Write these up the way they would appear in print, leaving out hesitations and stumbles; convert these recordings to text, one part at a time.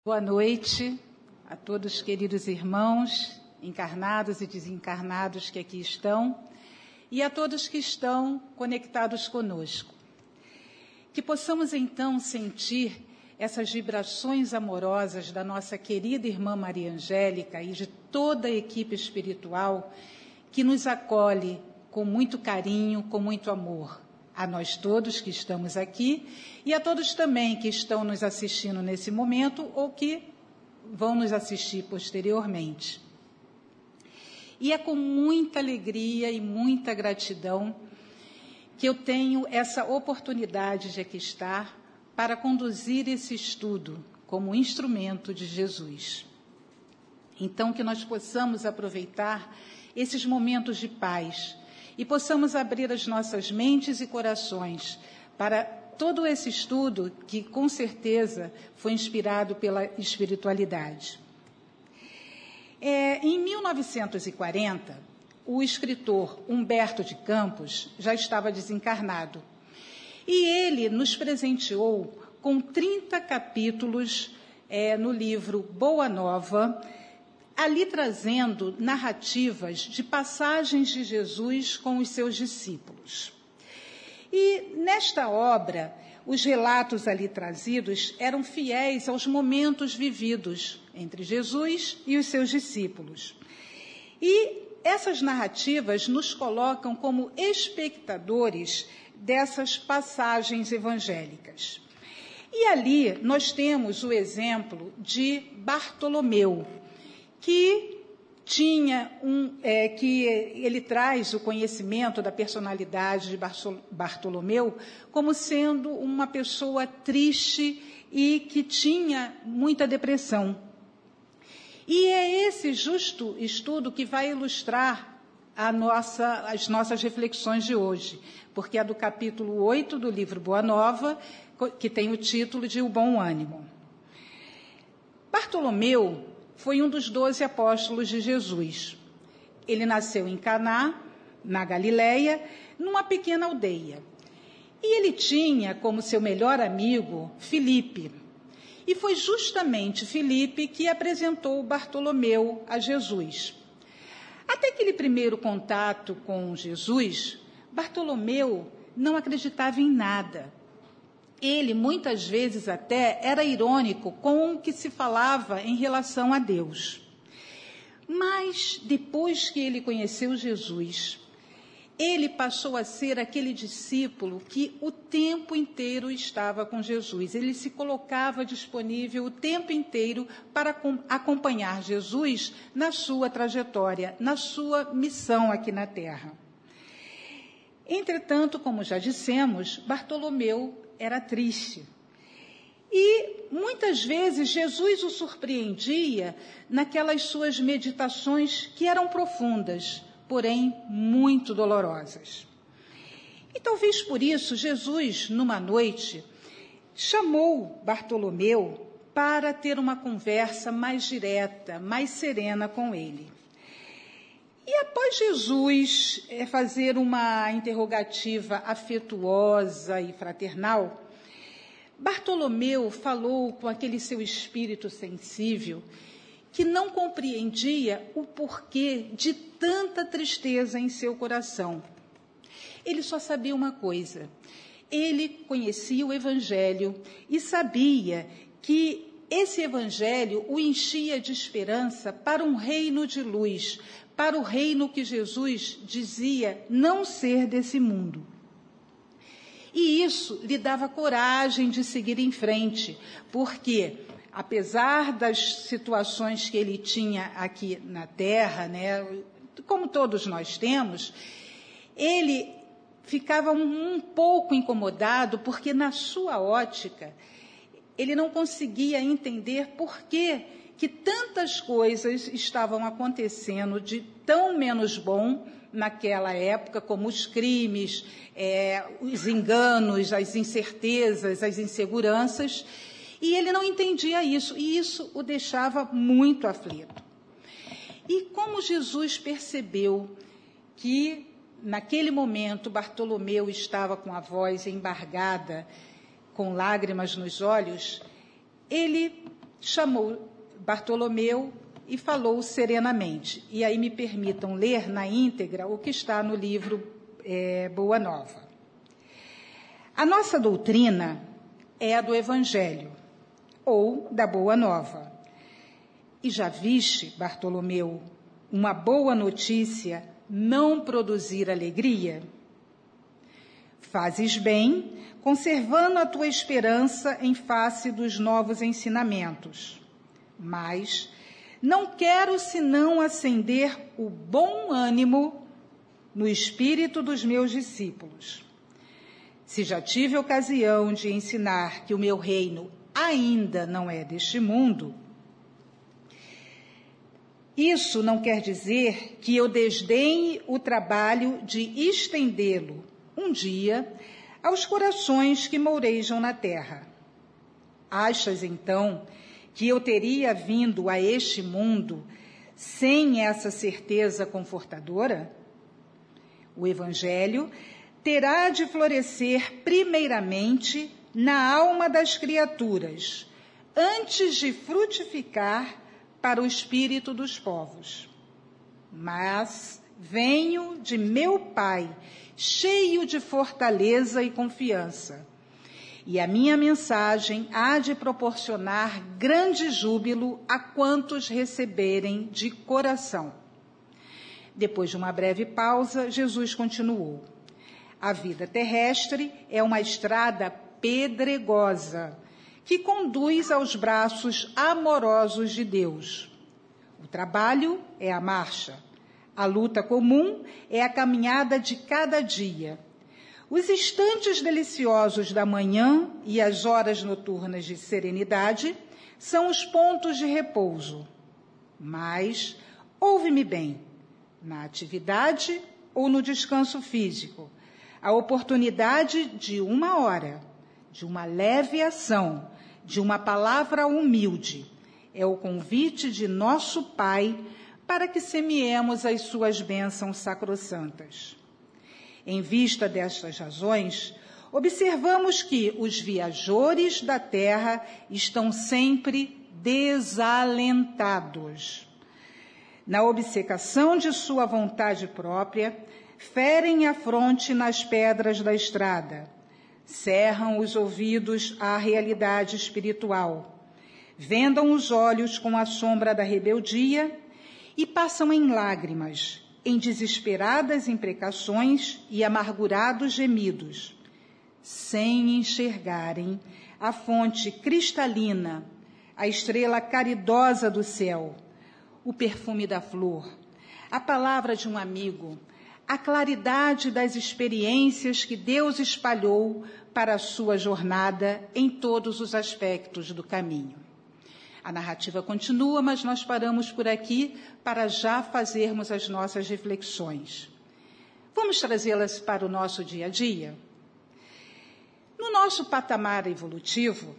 Boa noite a todos, queridos irmãos, encarnados e desencarnados que aqui estão, e a todos que estão conectados conosco. Que possamos, então, sentir essas vibrações amorosas da nossa querida irmã Maria Angélica e de toda a equipe espiritual que nos acolhe com muito carinho, com muito amor. A nós todos que estamos aqui e a todos também que estão nos assistindo nesse momento ou que vão nos assistir posteriormente. E é com muita alegria e muita gratidão que eu tenho essa oportunidade de aqui estar para conduzir esse estudo como instrumento de Jesus. Então, que nós possamos aproveitar esses momentos de paz e possamos abrir as nossas mentes e corações para todo esse estudo que, com certeza, foi inspirado pela espiritualidade. Em 1940, o escritor Humberto de Campos já estava desencarnado. E ele nos presenteou com 30 capítulos no livro Boa Nova, ali trazendo narrativas de passagens de Jesus com os seus discípulos. E nesta obra, os relatos ali trazidos eram fiéis aos momentos vividos entre Jesus e os seus discípulos. E essas narrativas nos colocam como espectadores dessas passagens evangélicas. E ali nós temos o exemplo de Bartolomeu, que ele traz o conhecimento da personalidade de Bartolomeu como sendo uma pessoa triste e que tinha muita depressão. E é esse justo estudo que vai ilustrar as nossas reflexões de hoje, porque é do capítulo 8 do livro Boa Nova, que tem o título de O Bom Ânimo. Bartolomeu foi um dos 12 apóstolos de Jesus. Ele nasceu em Caná, na Galileia, numa pequena aldeia. E ele tinha como seu melhor amigo Filipe. E foi justamente Filipe que apresentou Bartolomeu a Jesus. Até aquele primeiro contato com Jesus, Bartolomeu não acreditava em nada. Ele, muitas vezes até, era irônico com o que se falava em relação a Deus. Mas, depois que ele conheceu Jesus, ele passou a ser aquele discípulo que o tempo inteiro estava com Jesus. Ele se colocava disponível o tempo inteiro para acompanhar Jesus na sua trajetória, na sua missão aqui na Terra. Entretanto, como já dissemos, Bartolomeu era triste. E muitas vezes Jesus o surpreendia naquelas suas meditações que eram profundas, porém muito dolorosas. E talvez por isso Jesus, numa noite, chamou Bartolomeu para ter uma conversa mais direta, mais serena com ele. E após Jesus fazer uma interrogativa afetuosa e fraternal, Bartolomeu falou com aquele seu espírito sensível que não compreendia o porquê de tanta tristeza em seu coração. Ele só sabia uma coisa: ele conhecia o Evangelho e sabia que esse Evangelho o enchia de esperança para um reino de luz, para o reino que Jesus dizia não ser desse mundo. E isso lhe dava coragem de seguir em frente, porque, apesar das situações que ele tinha aqui na Terra, né, como todos nós temos, ele ficava um pouco incomodado, porque na sua ótica, ele não conseguia entender por que tantas coisas estavam acontecendo de tão menos bom naquela época, como os crimes, os enganos, as incertezas, as inseguranças, e ele não entendia isso, e isso o deixava muito aflito. E como Jesus percebeu que, naquele momento, Bartolomeu estava com a voz embargada, com lágrimas nos olhos, ele chamou Bartolomeu e falou serenamente. E aí me permitam ler na íntegra o que está no livro Boa Nova. A nossa doutrina é a do Evangelho, ou da Boa Nova. E já viste, Bartolomeu, uma boa notícia não produzir alegria? Fazes bem, conservando a tua esperança em face dos novos ensinamentos. Mas não quero senão acender o bom ânimo no espírito dos meus discípulos. Se já tive ocasião de ensinar que o meu reino ainda não é deste mundo, isso não quer dizer que eu desdenhe o trabalho de estendê-lo um dia aos corações que mourejam na terra. Achas, então, que eu teria vindo a este mundo sem essa certeza confortadora? O Evangelho terá de florescer primeiramente na alma das criaturas, antes de frutificar para o espírito dos povos. Mas venho de meu Pai, cheio de fortaleza e confiança, e a minha mensagem há de proporcionar grande júbilo a quantos receberem de coração. Depois de uma breve pausa, Jesus continuou. A vida terrestre é uma estrada pedregosa que conduz aos braços amorosos de Deus. O trabalho é a marcha. A luta comum é a caminhada de cada dia. Os instantes deliciosos da manhã e as horas noturnas de serenidade são os pontos de repouso. Mas, ouve-me bem, na atividade ou no descanso físico, a oportunidade de uma hora, de uma leve ação, de uma palavra humilde, é o convite de nosso Pai para que semeemos as suas bênçãos sacrossantas. Em vista destas razões, observamos que os viajores da terra estão sempre desalentados. Na obcecação de sua vontade própria, ferem a fronte nas pedras da estrada, cerram os ouvidos à realidade espiritual, vendam os olhos com a sombra da rebeldia e passam em lágrimas, em desesperadas imprecações e amargurados gemidos, sem enxergarem a fonte cristalina, a estrela caridosa do céu, o perfume da flor, a palavra de um amigo, a claridade das experiências que Deus espalhou para a sua jornada em todos os aspectos do caminho. A narrativa continua, mas nós paramos por aqui para já fazermos as nossas reflexões. Vamos trazê-las para o nosso dia a dia? No nosso patamar evolutivo,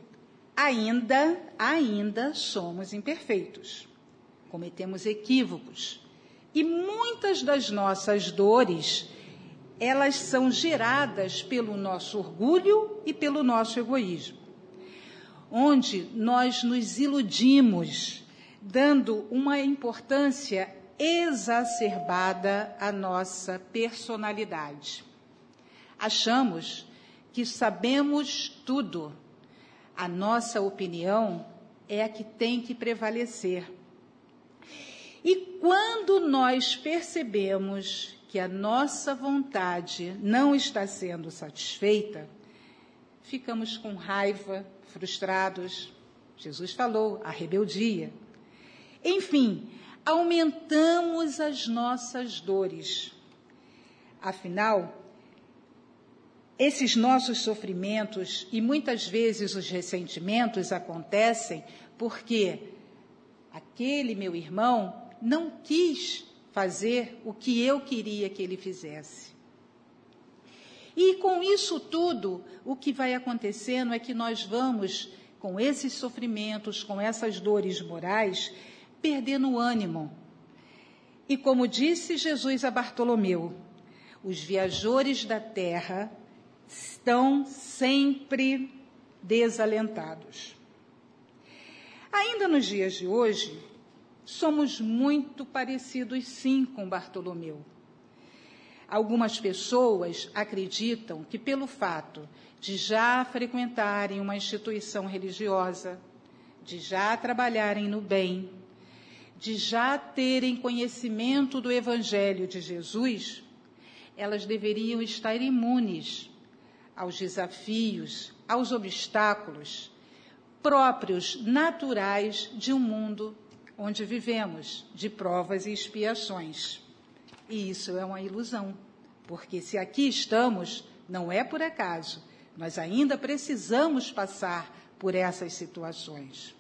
ainda somos imperfeitos. Cometemos equívocos. E muitas das nossas dores, elas são geradas pelo nosso orgulho e pelo nosso egoísmo, onde nós nos iludimos, dando uma importância exacerbada à nossa personalidade. Achamos que sabemos tudo. A nossa opinião é a que tem que prevalecer. E quando nós percebemos que a nossa vontade não está sendo satisfeita, ficamos com raiva, frustrados. Jesus falou, a rebeldia. Enfim, aumentamos as nossas dores. Afinal, esses nossos sofrimentos e muitas vezes os ressentimentos acontecem porque aquele meu irmão não quis fazer o que eu queria que ele fizesse. E com isso tudo, o que vai acontecendo é que nós vamos, com esses sofrimentos, com essas dores morais, perdendo o ânimo. E como disse Jesus a Bartolomeu, os viajores da terra estão sempre desalentados. Ainda nos dias de hoje, somos muito parecidos, sim, com Bartolomeu. Algumas pessoas acreditam que, pelo fato de já frequentarem uma instituição religiosa, de já trabalharem no bem, de já terem conhecimento do Evangelho de Jesus, elas deveriam estar imunes aos desafios, aos obstáculos próprios, naturais de um mundo onde vivemos, de provas e expiações. E isso é uma ilusão, porque se aqui estamos, não é por acaso, nós ainda precisamos passar por essas situações.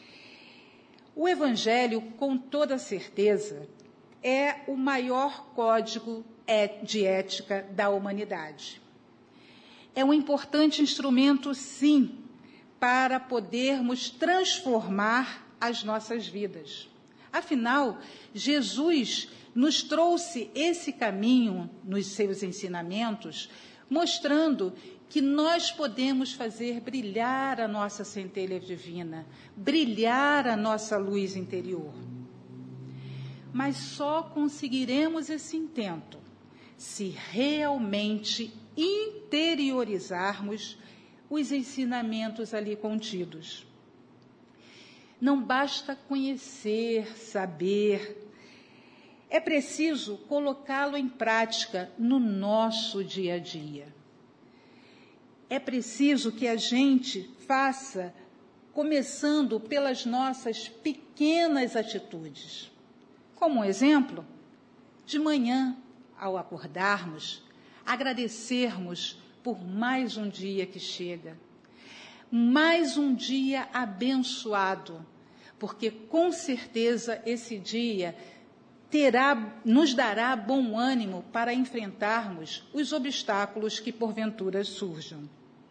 O Evangelho, com toda certeza, é o maior código de ética da humanidade. É um importante instrumento, sim, para podermos transformar as nossas vidas. Afinal, Jesus nos trouxe esse caminho nos seus ensinamentos, mostrando que nós podemos fazer brilhar a nossa centelha divina, brilhar a nossa luz interior. Mas só conseguiremos esse intento se realmente interiorizarmos os ensinamentos ali contidos. Não basta conhecer, saber, é preciso colocá-lo em prática no nosso dia a dia. É preciso que a gente faça, começando pelas nossas pequenas atitudes. Como um exemplo, de manhã, ao acordarmos, agradecermos por mais um dia que chega, mais um dia abençoado, porque com certeza esse dia nos dará bom ânimo para enfrentarmos os obstáculos que porventura surjam.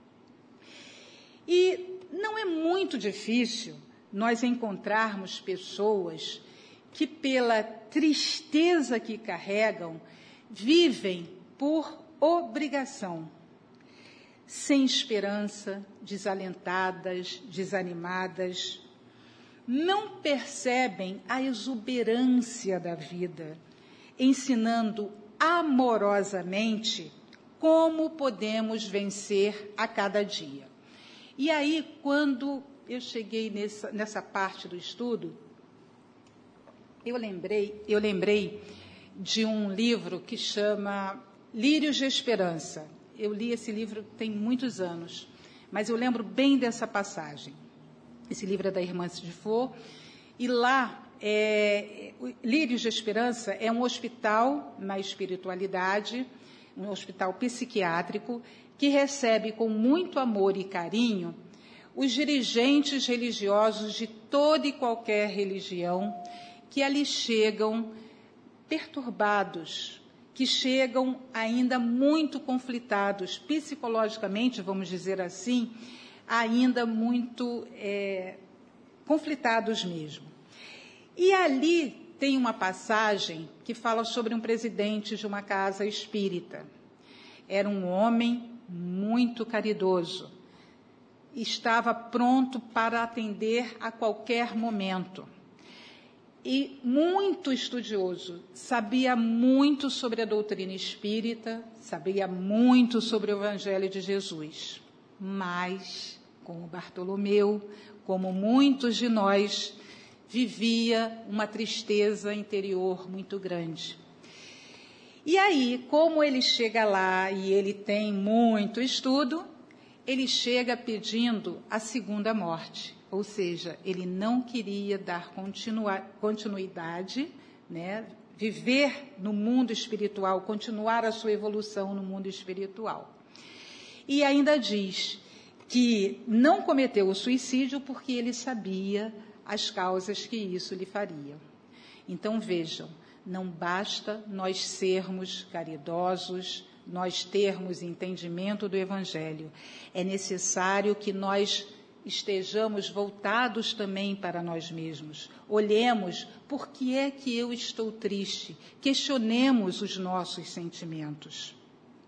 E não é muito difícil nós encontrarmos pessoas que, pela tristeza que carregam, vivem por obrigação, sem esperança, desalentadas, desanimadas, não percebem a exuberância da vida, ensinando amorosamente como podemos vencer a cada dia. E aí, quando eu cheguei nessa parte do estudo, eu lembrei de um livro que chama Lírios de Esperança. Eu li esse livro tem muitos anos, mas eu lembro bem dessa passagem. Esse livro é da irmã de Flor, e lá, Lírios de Esperança é um hospital na espiritualidade, um hospital psiquiátrico, que recebe com muito amor e carinho os dirigentes religiosos de toda e qualquer religião que ali chegam perturbados, que chegam ainda muito conflitados, psicologicamente, vamos dizer assim, ainda muito conflitados mesmo. E ali tem uma passagem que fala sobre um presidente de uma casa espírita. Era um homem muito caridoso, estava pronto para atender a qualquer momento. E muito estudioso, sabia muito sobre a doutrina espírita, sabia muito sobre o Evangelho de Jesus. Mas, como Bartolomeu, como muitos de nós, vivia uma tristeza interior muito grande. E aí, como ele chega lá e ele tem muito estudo, ele chega pedindo a segunda morte. Ou seja, ele não queria dar continuidade, né, viver no mundo espiritual, continuar a sua evolução no mundo espiritual. E ainda diz que não cometeu o suicídio porque ele sabia as causas que isso lhe faria. Então, vejam, não basta nós sermos caridosos, nós termos entendimento do Evangelho. É necessário que nós estejamos voltados também para nós mesmos. Olhemos, por que é que eu estou triste? Questionemos os nossos sentimentos.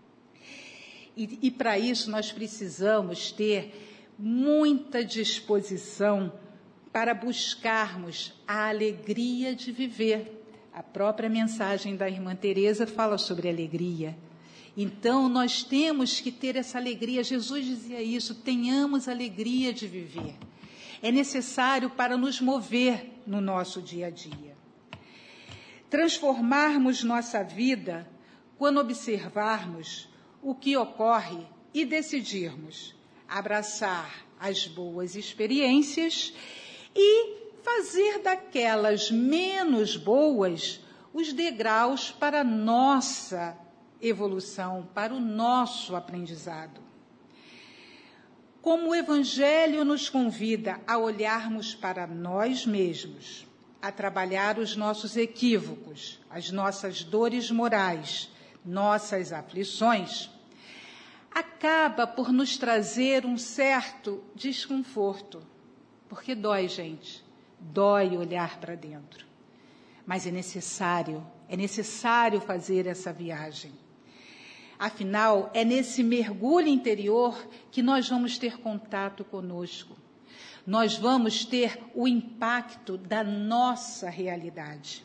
E para isso nós precisamos ter muita disposição para buscarmos a alegria de viver. A própria mensagem da irmã Teresa fala sobre alegria. Então, nós temos que ter essa alegria. Jesus dizia isso, tenhamos alegria de viver. É necessário para nos mover no nosso dia a dia. Transformarmos nossa vida quando observarmos o que ocorre e decidirmos abraçar as boas experiências e fazer daquelas menos boas os degraus para a nossa evolução, para o nosso aprendizado. Como o Evangelho nos convida a olharmos para nós mesmos, a trabalhar os nossos equívocos, as nossas dores morais, nossas aflições, acaba por nos trazer um certo desconforto, porque dói, gente, dói olhar para dentro. Mas é necessário fazer essa viagem. Afinal, é nesse mergulho interior que nós vamos ter contato conosco. Nós vamos ter o impacto da nossa realidade.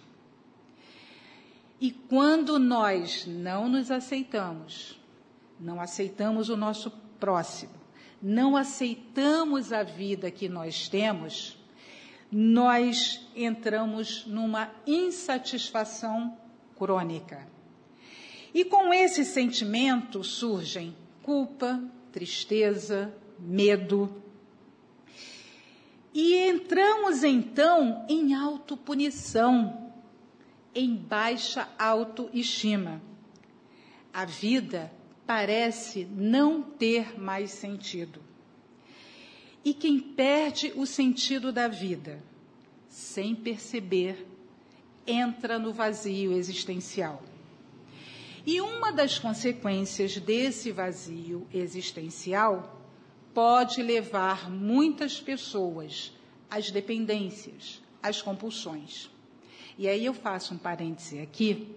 E quando nós não nos aceitamos, não aceitamos o nosso próximo, não aceitamos a vida que nós temos, nós entramos numa insatisfação crônica. E com esse sentimento surgem culpa, tristeza, medo. E entramos então em autopunição, em baixa autoestima. A vida parece não ter mais sentido. E quem perde o sentido da vida, sem perceber, entra no vazio existencial. E uma das consequências desse vazio existencial pode levar muitas pessoas às dependências, às compulsões. E aí eu faço um parêntese aqui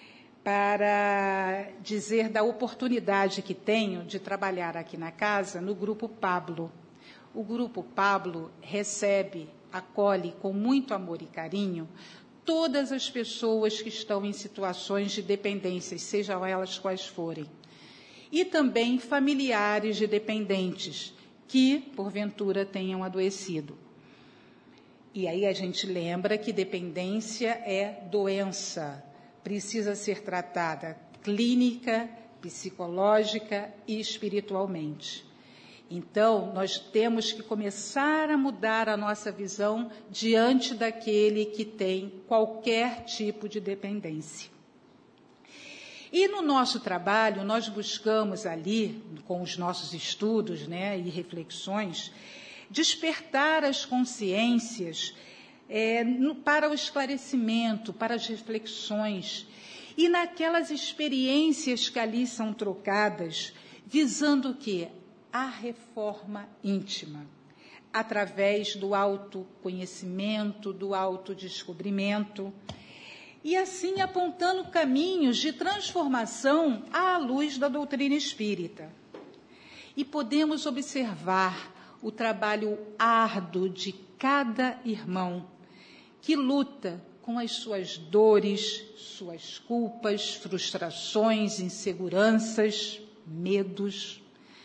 para dizer da oportunidade que tenho de trabalhar aqui na casa no Grupo Pablo. O Grupo Pablo recebe, acolhe com muito amor e carinho todas as pessoas que estão em situações de dependência, sejam elas quais forem. E também familiares de dependentes que, porventura, tenham adoecido. E aí a gente lembra que dependência é doença, precisa ser tratada clínica, psicológica e espiritualmente. Então, nós temos que começar a mudar a nossa visão diante daquele que tem qualquer tipo de dependência. E no nosso trabalho, nós buscamos ali, com os nossos estudos, e reflexões, despertar as consciências para o esclarecimento, para as reflexões, e naquelas experiências que ali são trocadas, visando o quê? A reforma íntima, através do autoconhecimento, do autodescobrimento, e assim apontando caminhos de transformação à luz da doutrina espírita. E podemos observar o trabalho árduo de cada irmão que luta com as suas dores, suas culpas, frustrações, inseguranças, medos.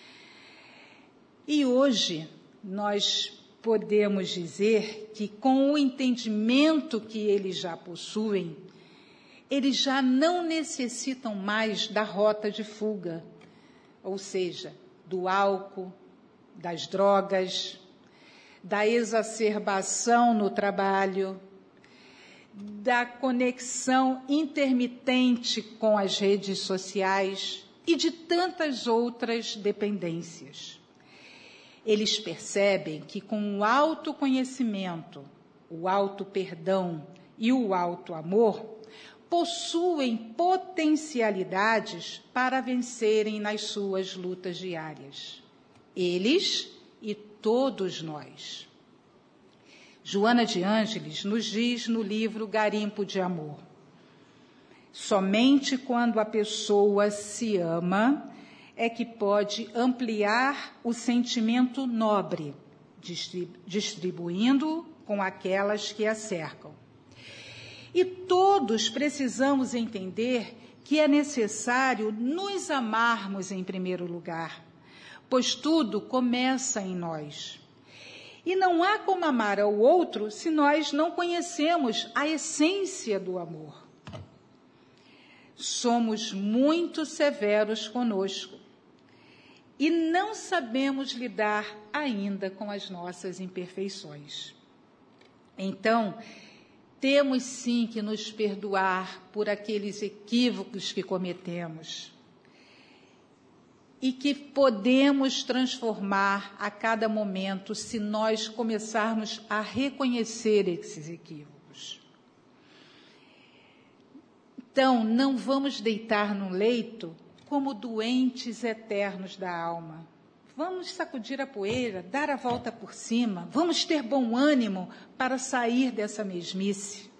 E hoje nós podemos dizer que, com o entendimento que eles já possuem, eles já não necessitam mais da rota de fuga, ou seja, do álcool, das drogas, da exacerbação no trabalho, da conexão intermitente com as redes sociais e de tantas outras dependências. Eles percebem que com o autoconhecimento, o autoperdão e o autoamor, possuem potencialidades para vencerem nas suas lutas diárias. Eles e todos nós. Joana de Ângeles nos diz no livro Garimpo de Amor: somente quando a pessoa se ama é que pode ampliar o sentimento nobre, distribuindo com aquelas que a cercam. E todos precisamos entender que é necessário nos amarmos em primeiro lugar, pois tudo começa em nós. E não há como amar ao outro se nós não conhecemos a essência do amor. Somos muito severos conosco e não sabemos lidar ainda com as nossas imperfeições. Então, temos sim que nos perdoar por aqueles equívocos que cometemos e que podemos transformar a cada momento se nós começarmos a reconhecer esses equívocos. Então, não vamos deitar no leito como doentes eternos da alma. Vamos sacudir a poeira, dar a volta por cima, vamos ter bom ânimo para sair dessa mesmice.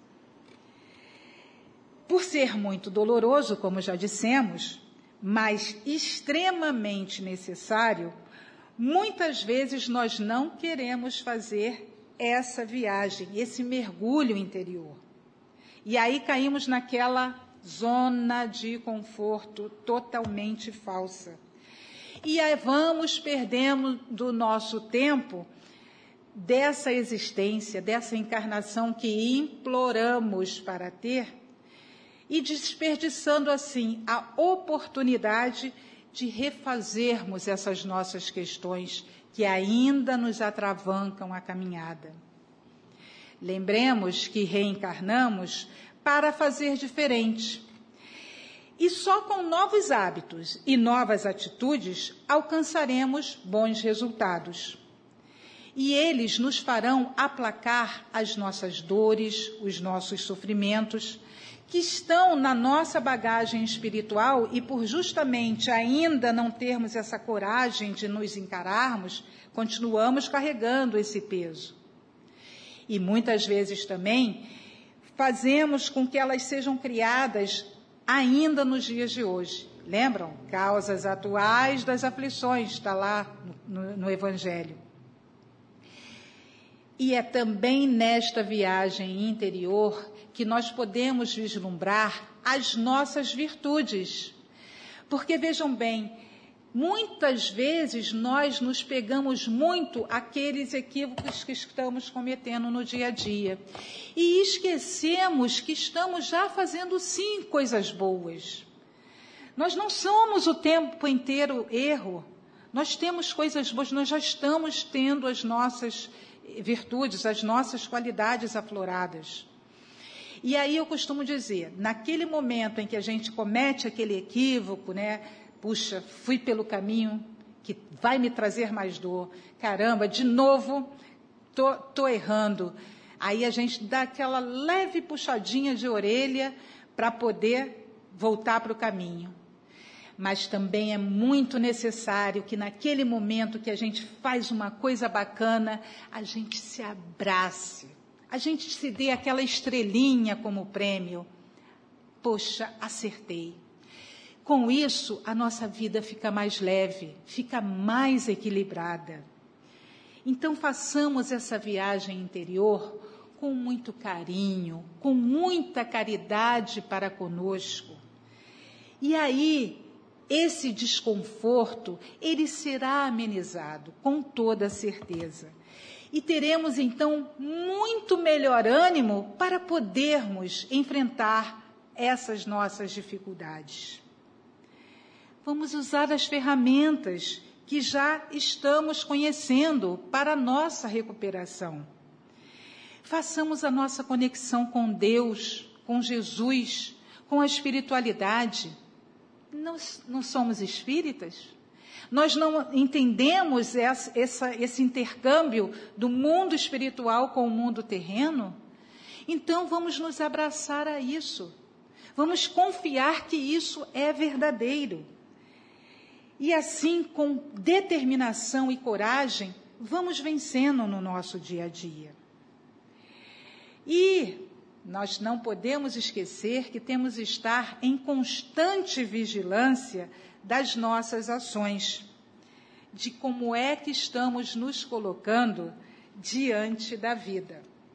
Por ser muito doloroso, como já dissemos, mas extremamente necessário, muitas vezes nós não queremos fazer essa viagem, esse mergulho interior. E aí caímos naquela zona de conforto totalmente falsa. E aí vamos perdendo do nosso tempo dessa existência, dessa encarnação que imploramos para ter, e desperdiçando assim a oportunidade de refazermos essas nossas questões que ainda nos atravancam a caminhada. Lembremos que reencarnamos para fazer diferente. E só com novos hábitos e novas atitudes alcançaremos bons resultados. E eles nos farão aplacar as nossas dores, os nossos sofrimentos, que estão na nossa bagagem espiritual e por justamente ainda não termos essa coragem de nos encararmos, continuamos carregando esse peso. E muitas vezes também fazemos com que elas sejam criadas ainda nos dias de hoje. Lembram? Causas atuais das aflições, está lá no Evangelho. E é também nesta viagem interior que nós podemos vislumbrar as nossas virtudes. Porque, vejam bem, muitas vezes nós nos pegamos muito àqueles equívocos que estamos cometendo no dia a dia. E esquecemos que estamos já fazendo, sim, coisas boas. Nós não somos o tempo inteiro erro. Nós temos coisas boas, nós já estamos tendo as nossas virtudes, as nossas qualidades afloradas. E aí eu costumo dizer, naquele momento em que a gente comete aquele equívoco, né? Puxa, fui pelo caminho que vai me trazer mais dor. Caramba, de novo, tô errando. Aí a gente dá aquela leve puxadinha de orelha para poder voltar para o caminho. Mas também é muito necessário que naquele momento que a gente faz uma coisa bacana, a gente se abrace, a gente se dê aquela estrelinha como prêmio. Poxa, acertei. Com isso, a nossa vida fica mais leve, fica mais equilibrada. Então, façamos essa viagem interior com muito carinho, com muita caridade para conosco. E aí, esse desconforto, ele será amenizado, com toda certeza. E teremos, então, muito melhor ânimo para podermos enfrentar essas nossas dificuldades. Vamos usar as ferramentas que já estamos conhecendo para a nossa recuperação. Façamos a nossa conexão com Deus, com Jesus, com a espiritualidade. Não somos espíritas? Nós não entendemos esse intercâmbio do mundo espiritual com o mundo terreno? Então vamos nos abraçar a isso. Vamos confiar que isso é verdadeiro. E assim, com determinação e coragem, vamos vencendo no nosso dia a dia. E nós não podemos esquecer que temos de estar em constante vigilância das nossas ações, de como é que estamos nos colocando diante da vida.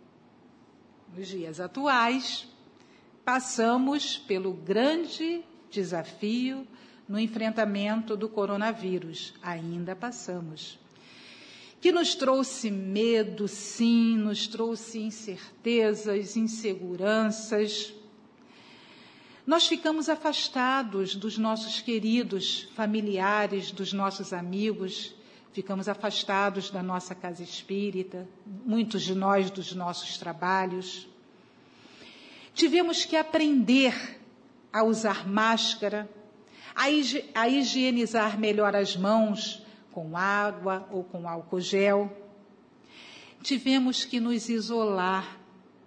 nos dias atuais, passamos pelo grande desafio no enfrentamento do coronavírus. Ainda passamos. Que nos trouxe medo, sim, nos trouxe incertezas, inseguranças. Nós ficamos afastados dos nossos queridos familiares, dos nossos amigos, ficamos afastados da nossa casa espírita, muitos de nós dos nossos trabalhos. Tivemos que aprender a usar máscara, a higienizar melhor as mãos com água ou com álcool gel. Tivemos que nos isolar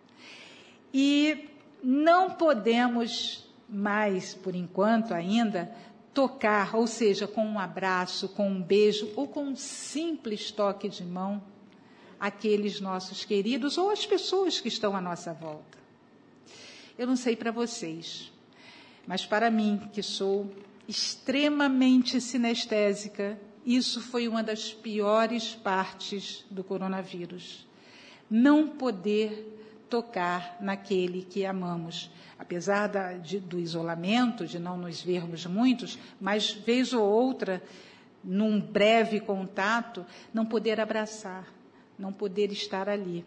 e não podemos mais, por enquanto ainda, tocar, ou seja, com um abraço, com um beijo ou com um simples toque de mão, aqueles nossos queridos ou as pessoas que estão à nossa volta. Eu não sei para vocês, mas para mim, que sou extremamente sinestésica, isso foi uma das piores partes do coronavírus. Não poder tocar naquele que amamos. Apesar do isolamento, de não nos vermos muitos, mas vez ou outra, num breve contato, não poder abraçar, não poder estar ali.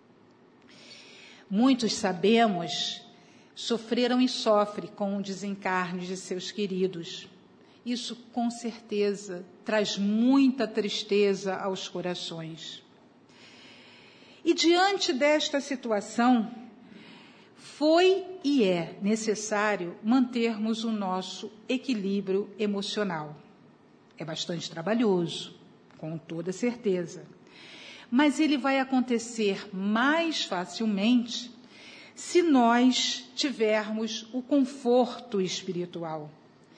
Muitos, sabemos, sofreram e sofrem com o desencarne de seus queridos. Isso, com certeza, traz muita tristeza aos corações. E diante desta situação, foi e é necessário mantermos o nosso equilíbrio emocional. É bastante trabalhoso, com toda certeza. Mas ele vai acontecer mais facilmente se nós tivermos o conforto espiritual.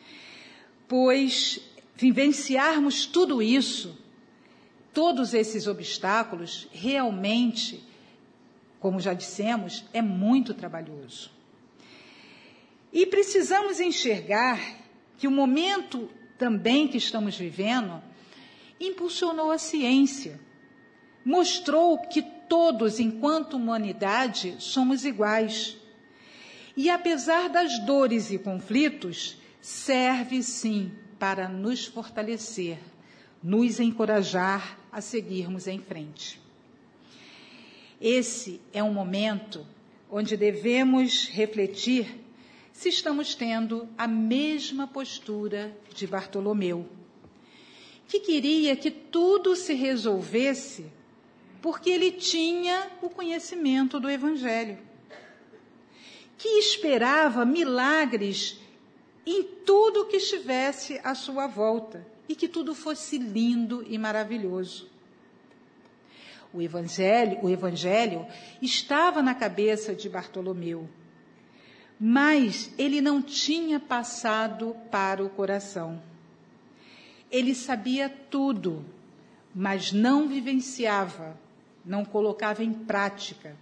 Pois vivenciarmos tudo isso, todos esses obstáculos, realmente, como já dissemos, é muito trabalhoso. E precisamos enxergar que o momento também que estamos vivendo impulsionou a ciência, mostrou que todos, enquanto humanidade, somos iguais. E apesar das dores e conflitos, serve sim para nos fortalecer, nos encorajar a seguirmos em frente. Esse é um momento onde devemos refletir se estamos tendo a mesma postura de Bartolomeu, que queria que tudo se resolvesse porque ele tinha o conhecimento do Evangelho, que esperava milagres em tudo que estivesse à sua volta e que tudo fosse lindo e maravilhoso. O Evangelho estava na cabeça de Bartolomeu, mas ele não tinha passado para o coração. Ele sabia tudo, mas não vivenciava, não colocava em prática.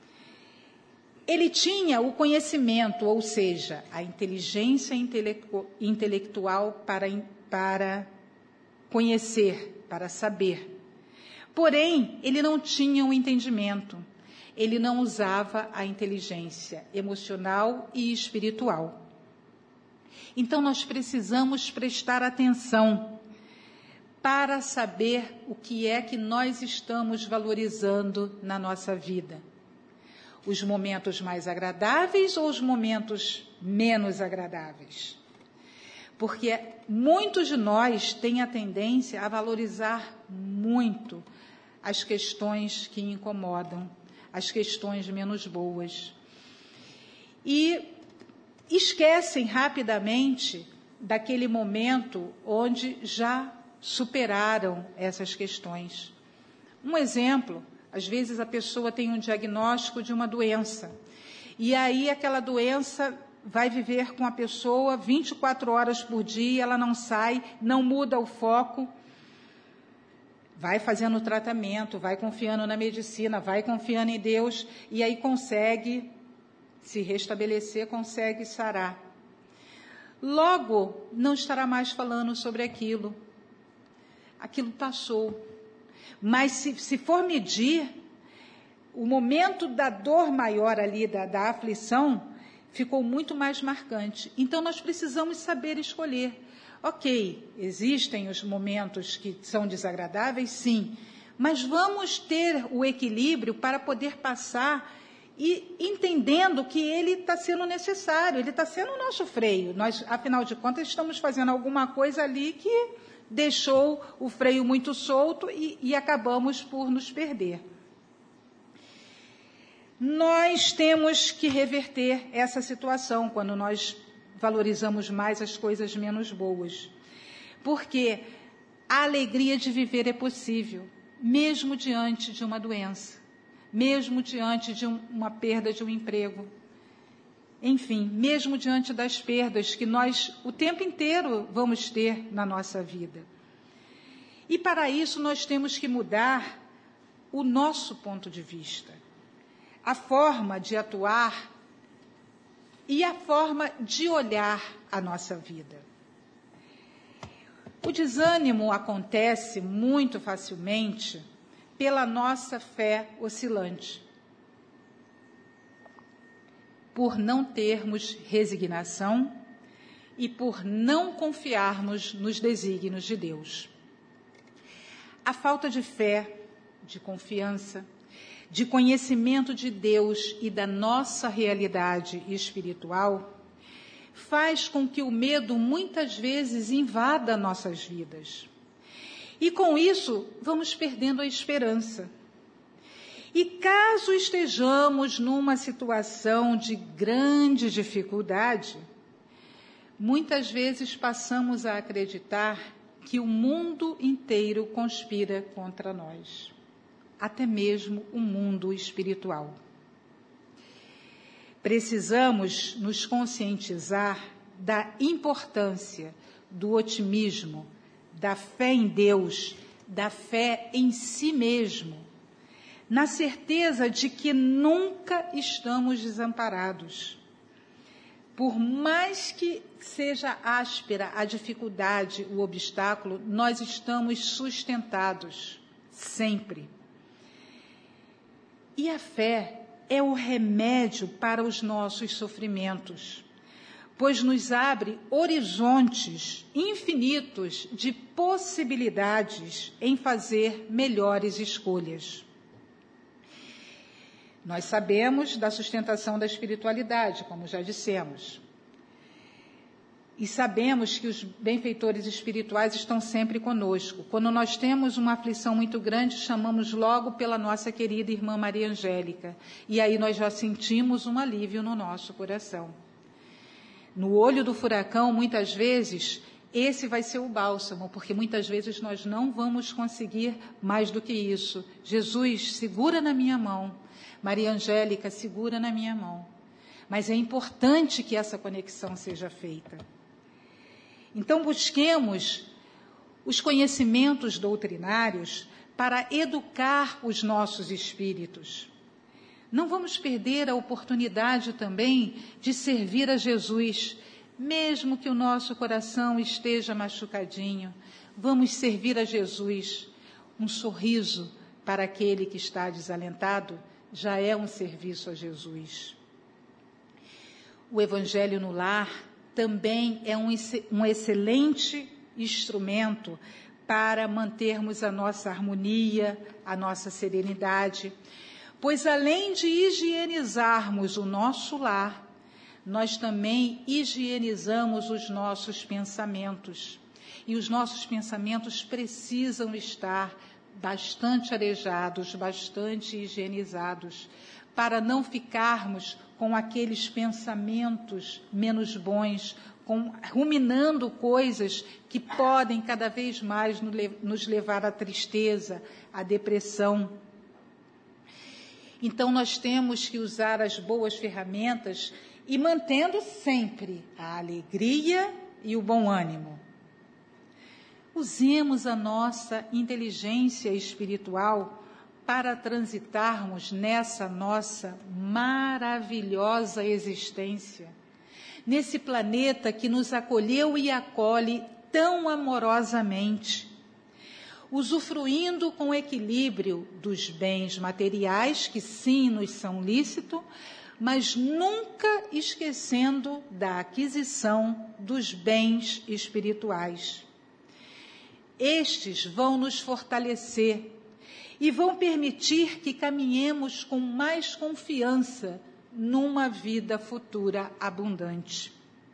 Ele tinha o conhecimento, ou seja, a inteligência intelectual para conhecer, para saber. Porém, ele não tinha o entendimento, ele não usava a inteligência emocional e espiritual. Então, nós precisamos prestar atenção para saber o que é que nós estamos valorizando na nossa vida. Os momentos mais agradáveis ou os momentos menos agradáveis? Porque muitos de nós têm a tendência a valorizar muito as questões que incomodam, as questões menos boas. E esquecem rapidamente daquele momento onde já superaram essas questões. Um exemplo, às vezes a pessoa tem um diagnóstico de uma doença, e aí aquela doença vai viver com a pessoa 24 horas por dia, ela não sai, não muda o foco, vai fazendo o tratamento, vai confiando na medicina, vai confiando em Deus, e aí consegue se restabelecer, consegue sarar. Logo, não estará mais falando sobre aquilo. Aquilo passou. Mas se for medir o momento da dor maior ali, da aflição, ficou muito mais marcante. Então, nós precisamos saber escolher. Ok, existem os momentos que são desagradáveis, sim, mas vamos ter o equilíbrio para poder passar e entendendo que ele está sendo necessário, ele está sendo o nosso freio. Nós, afinal de contas, estamos fazendo alguma coisa ali que deixou o freio muito solto e acabamos por nos perder. Nós temos que reverter essa situação quando nós valorizamos mais as coisas menos boas. Porque a alegria de viver é possível, mesmo diante de uma doença, mesmo diante de uma perda de um emprego. Enfim, mesmo diante das perdas que nós o tempo inteiro vamos ter na nossa vida. E para isso nós temos que mudar o nosso ponto de vista, a forma de atuar e a forma de olhar a nossa vida. O desânimo acontece muito facilmente pela nossa fé oscilante, por não termos resignação e por não confiarmos nos desígnios de Deus. A falta de fé, de confiança, de conhecimento de Deus e da nossa realidade espiritual, faz com que o medo muitas vezes invada nossas vidas. E com isso, vamos perdendo a esperança. E caso estejamos numa situação de grande dificuldade, muitas vezes passamos a acreditar que o mundo inteiro conspira contra nós, até mesmo o mundo espiritual. Precisamos nos conscientizar da importância do otimismo, da fé em Deus, da fé em si mesmo, na certeza de que nunca estamos desamparados. Por mais que seja áspera a dificuldade, o obstáculo, nós estamos sustentados, sempre. E a fé é o remédio para os nossos sofrimentos, pois nos abre horizontes infinitos de possibilidades em fazer melhores escolhas. Nós sabemos da sustentação da espiritualidade, como já dissemos. E sabemos que os benfeitores espirituais estão sempre conosco. Quando nós temos uma aflição muito grande, chamamos logo pela nossa querida irmã Maria Angélica. E aí nós já sentimos um alívio no nosso coração. No olho do furacão, muitas vezes, esse vai ser o bálsamo, porque muitas vezes nós não vamos conseguir mais do que isso. Jesus, segura na minha mão. Maria Angélica, segura na minha mão. Mas é importante que essa conexão seja feita. Então, busquemos os conhecimentos doutrinários para educar os nossos espíritos. Não vamos perder a oportunidade também de servir a Jesus, mesmo que o nosso coração esteja machucadinho. Vamos servir a Jesus. Um sorriso para aquele que está desalentado já é um serviço a Jesus. O Evangelho no Lar também é um excelente instrumento para mantermos a nossa harmonia, a nossa serenidade, pois além de higienizarmos o nosso lar, nós também higienizamos os nossos pensamentos. E os nossos pensamentos precisam estar bastante arejados, bastante higienizados, para não ficarmos com aqueles pensamentos menos bons, ruminando coisas que podem cada vez mais nos levar à tristeza, à depressão. Então, nós temos que usar as boas ferramentas e mantendo sempre a alegria e o bom ânimo. Usemos a nossa inteligência espiritual para transitarmos nessa nossa maravilhosa existência, nesse planeta que nos acolheu e acolhe tão amorosamente. usufruindo com equilíbrio dos bens materiais, que sim nos são lícitos, mas nunca esquecendo da aquisição dos bens espirituais. Estes vão nos fortalecer e vão permitir que caminhemos com mais confiança numa vida futura abundante.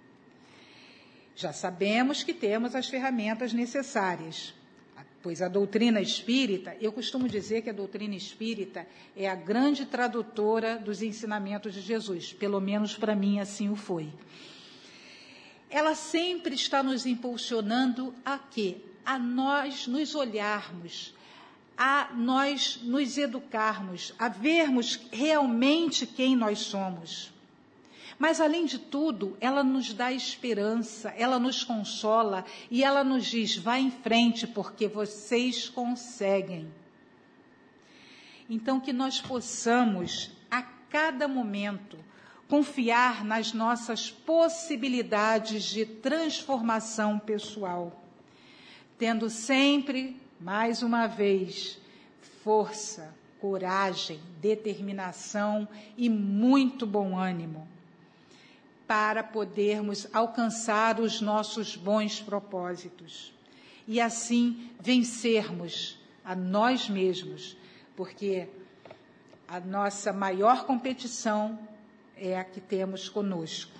Já sabemos que temos as ferramentas necessárias, pois a doutrina espírita, eu costumo dizer que a doutrina espírita é a grande tradutora dos ensinamentos de Jesus, pelo menos para mim assim o foi. Ela sempre está nos impulsionando a quê? A nós nos olharmos, a nós nos educarmos, a vermos realmente quem nós somos. Mas, além de tudo, ela nos dá esperança, ela nos consola e ela nos diz, vá em frente, porque vocês conseguem. Então, que nós possamos, a cada momento, confiar nas nossas possibilidades de transformação pessoal, tendo sempre, mais uma vez, força, coragem, determinação e muito bom ânimo, para podermos alcançar os nossos bons propósitos e assim vencermos a nós mesmos, porque a nossa maior competição é a que temos conosco.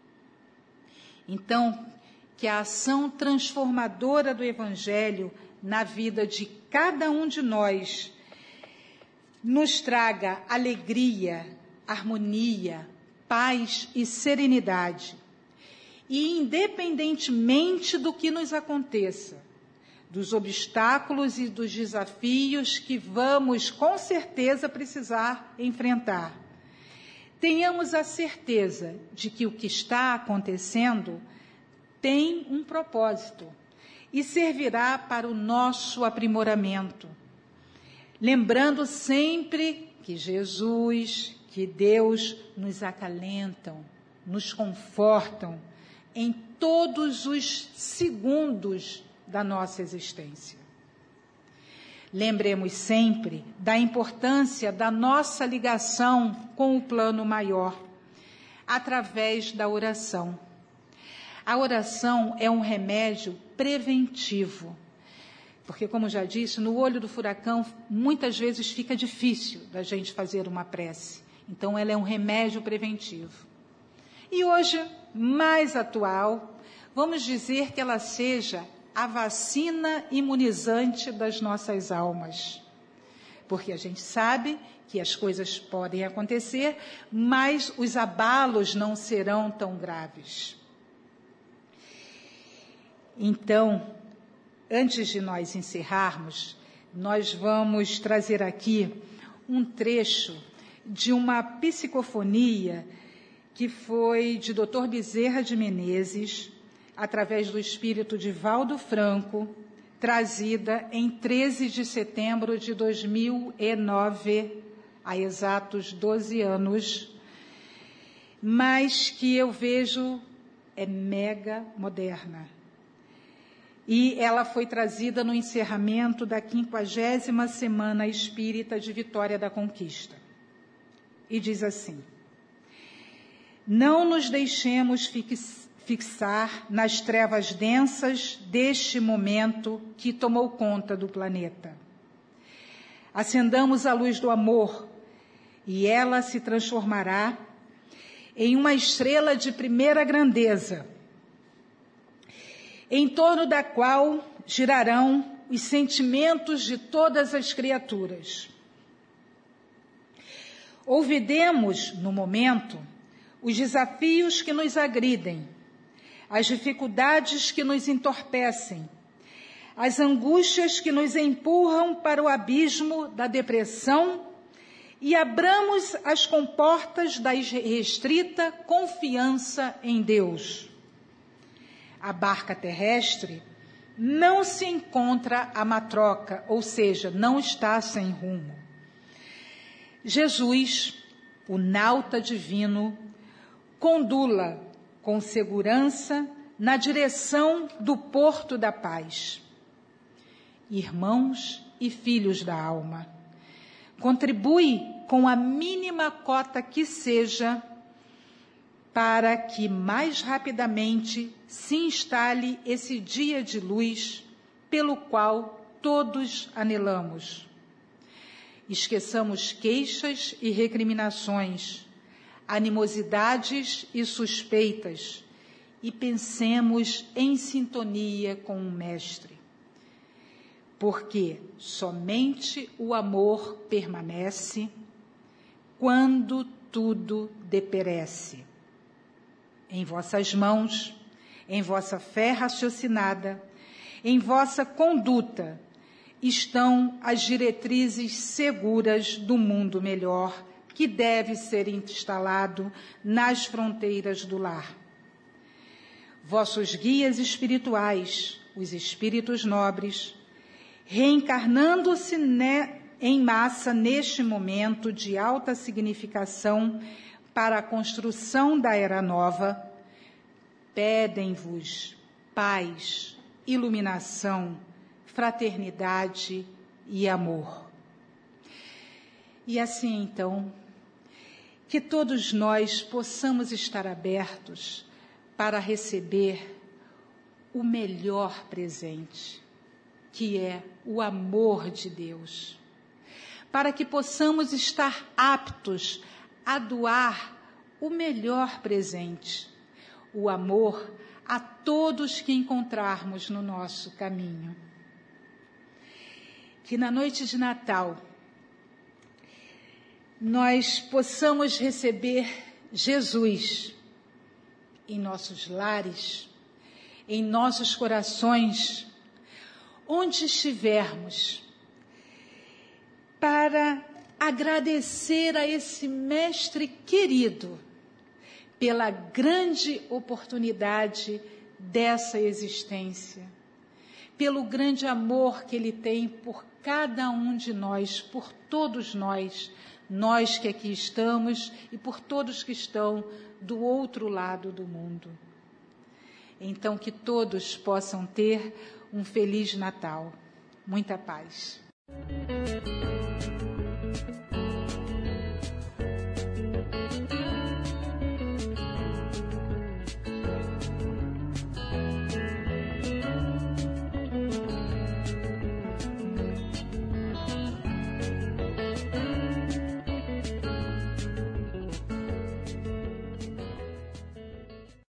Então, que a ação transformadora do Evangelho na vida de cada um de nós nos traga alegria, harmonia, paz e serenidade. E independentemente do que nos aconteça, dos obstáculos e dos desafios que vamos com certeza precisar enfrentar, tenhamos a certeza de que o que está acontecendo tem um propósito e servirá para o nosso aprimoramento. Lembrando sempre que Jesus, que Deus nos acalentam, nos confortam em todos os segundos da nossa existência. Lembremos sempre da importância da nossa ligação com o plano maior, através da oração. A oração é um remédio preventivo, porque, como já disse, no olho do furacão, muitas vezes fica difícil da gente fazer uma prece. Então, ela é um remédio preventivo. E hoje, mais atual, vamos dizer que ela seja a vacina imunizante das nossas almas. Porque a gente sabe que as coisas podem acontecer, mas os abalos não serão tão graves. Então, antes de nós encerrarmos, nós vamos trazer aqui um trecho de uma psicofonia que foi de Dr. Bezerra de Menezes, através do espírito de Valdo Franco, trazida em 13 de setembro de 2009, há exatos 12 anos, mas que eu vejo é mega moderna. E ela foi trazida no encerramento da 50ª Semana Espírita de Vitória da Conquista. E diz assim: não nos deixemos fixar nas trevas densas deste momento que tomou conta do planeta. Acendamos a luz do amor e ela se transformará em uma estrela de primeira grandeza, em torno da qual girarão os sentimentos de todas as criaturas. Ouvidemos, no momento, os desafios que nos agridem, as dificuldades que nos entorpecem, as angústias que nos empurram para o abismo da depressão e abramos as comportas da irrestrita confiança em Deus. A barca terrestre não se encontra à matroca, ou seja, não está sem rumo. Jesus, o nauta divino, condula com segurança na direção do porto da paz. irmãos e filhos da alma. Contribui com a mínima cota que seja para que mais rapidamente se instale esse dia de luz pelo qual todos anelamos. Esqueçamos queixas e recriminações, animosidades e suspeitas, e pensemos em sintonia com o Mestre. Porque somente o amor permanece quando tudo deperece. Em vossas mãos, em vossa fé raciocinada, em vossa conduta, estão as diretrizes seguras do mundo melhor que deve ser instalado nas fronteiras do lar. Vossos guias espirituais, os espíritos nobres, reencarnando-se em massa neste momento de alta significação para a construção da era nova, pedem-vos paz, iluminação, fraternidade e amor. E assim, então, que todos nós possamos estar abertos para receber o melhor presente, que é o amor de Deus, para que possamos estar aptos a doar o melhor presente, o amor a todos que encontrarmos no nosso caminho. Que na noite de Natal nós possamos receber Jesus em nossos lares, em nossos corações, onde estivermos, para agradecer a esse Mestre querido pela grande oportunidade dessa existência, pelo grande amor que Ele tem por cada um de nós, por todos nós, nós que aqui estamos e por todos que estão do outro lado do mundo. Então, que todos possam ter um Feliz Natal. Muita paz.